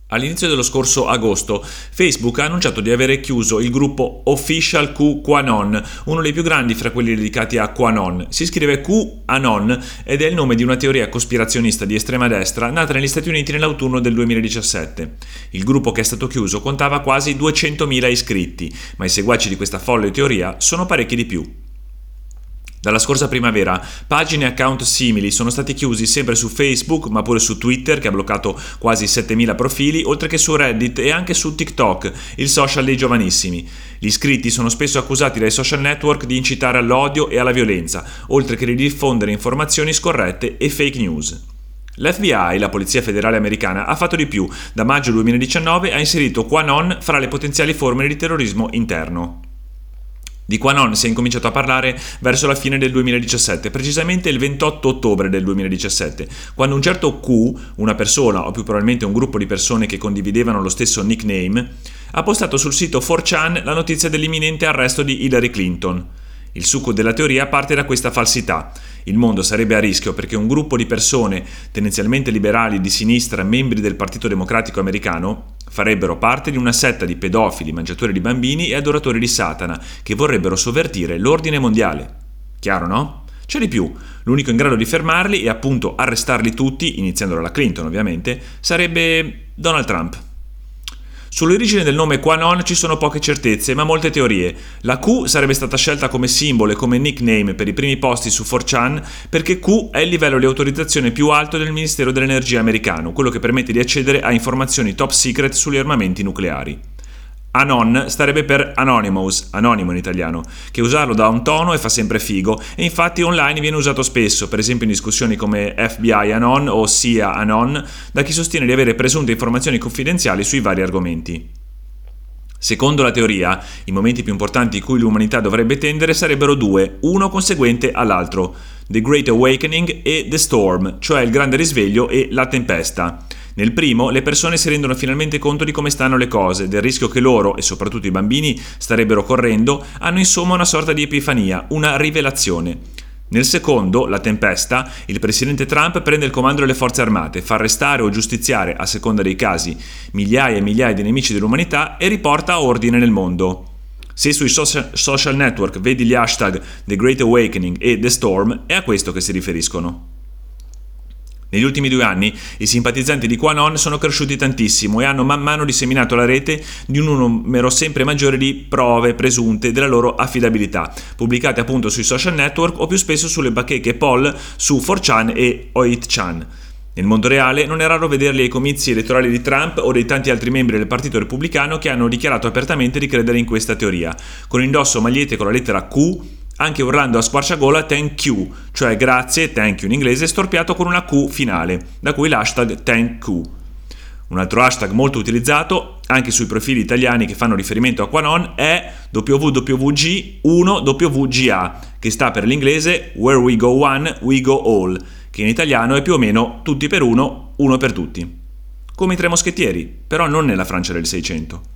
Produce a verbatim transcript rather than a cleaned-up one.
All'inizio dello scorso agosto, Facebook ha annunciato di avere chiuso il gruppo Official Q QAnon, uno dei più grandi fra quelli dedicati a QAnon. Si scrive QAnon ed è il nome di una teoria cospirazionista di estrema destra nata negli Stati Uniti nell'autunno del duemiladiciassette. Il gruppo che è stato chiuso contava quasi duecentomila iscritti, ma i seguaci di questa folle teoria sono parecchi di più. Dalla scorsa primavera, pagine e account simili sono stati chiusi sempre su Facebook, ma pure su Twitter, che ha bloccato quasi settemila profili, oltre che su Reddit e anche su TikTok, il social dei giovanissimi. Gli iscritti sono spesso accusati dai social network di incitare all'odio e alla violenza, oltre che di diffondere informazioni scorrette e fake news. L'F B I, la Polizia Federale Americana, ha fatto di più. Da maggio duemiladiciannove ha inserito QAnon fra le potenziali forme di terrorismo interno. Di QAnon si è incominciato a parlare verso la fine del duemiladiciassette, precisamente il ventotto ottobre del duemiladiciassette, quando un certo Q, una persona o più probabilmente un gruppo di persone che condividevano lo stesso nickname, ha postato sul sito four chan la notizia dell'imminente arresto di Hillary Clinton. Il succo della teoria parte da questa falsità. Il mondo sarebbe a rischio perché un gruppo di persone tendenzialmente liberali di sinistra, membri del Partito Democratico americano, farebbero parte di una setta di pedofili, mangiatori di bambini e adoratori di Satana che vorrebbero sovvertire l'ordine mondiale. Chiaro, no? C'è di più. L'unico in grado di fermarli e appunto arrestarli tutti, iniziando dalla Clinton ovviamente, sarebbe Donald Trump. Sull'origine del nome QAnon ci sono poche certezze, ma molte teorie. La Q sarebbe stata scelta come simbolo e come nickname per i primi posti su four chan perché Q è il livello di autorizzazione più alto del Ministero dell'Energia americano, quello che permette di accedere a informazioni top secret sugli armamenti nucleari. Anon starebbe per Anonymous, anonimo in italiano, che usarlo dà un tono e fa sempre figo, e infatti online viene usato spesso, per esempio in discussioni come F B I Anon o S I A Anon, da chi sostiene di avere presunte informazioni confidenziali sui vari argomenti. Secondo la teoria, i momenti più importanti cui l'umanità dovrebbe tendere sarebbero due, uno conseguente all'altro: The Great Awakening e The Storm, cioè il grande risveglio e la tempesta. Nel primo, le persone si rendono finalmente conto di come stanno le cose, del rischio che loro, e soprattutto i bambini, starebbero correndo, hanno insomma una sorta di epifania, una rivelazione. Nel secondo, la tempesta, il presidente Trump prende il comando delle forze armate, fa arrestare o giustiziare, a seconda dei casi, migliaia e migliaia di nemici dell'umanità e riporta ordine nel mondo. Se sui social network vedi gli hashtag The Great Awakening e The Storm, è a questo che si riferiscono. Negli ultimi due anni i simpatizzanti di QAnon sono cresciuti tantissimo e hanno man mano disseminato la rete di un numero sempre maggiore di prove presunte della loro affidabilità, pubblicate appunto sui social network o più spesso sulle bacheche poll su four chan e eight chan. Nel mondo reale non è raro vederli ai comizi elettorali di Trump o dei tanti altri membri del Partito Repubblicano che hanno dichiarato apertamente di credere in questa teoria, con indosso magliette con la lettera Q, anche urlando a squarciagola thank you, cioè grazie, thank you in inglese, storpiato con una Q finale, da cui l'hashtag thank you. Un altro hashtag molto utilizzato, anche sui profili italiani che fanno riferimento a QAnon, è W W G uno W G A, che sta per l'inglese Where we go one, we go all, che in italiano è più o meno tutti per uno, uno per tutti. Come i tre moschettieri, però non nella Francia del Seicento.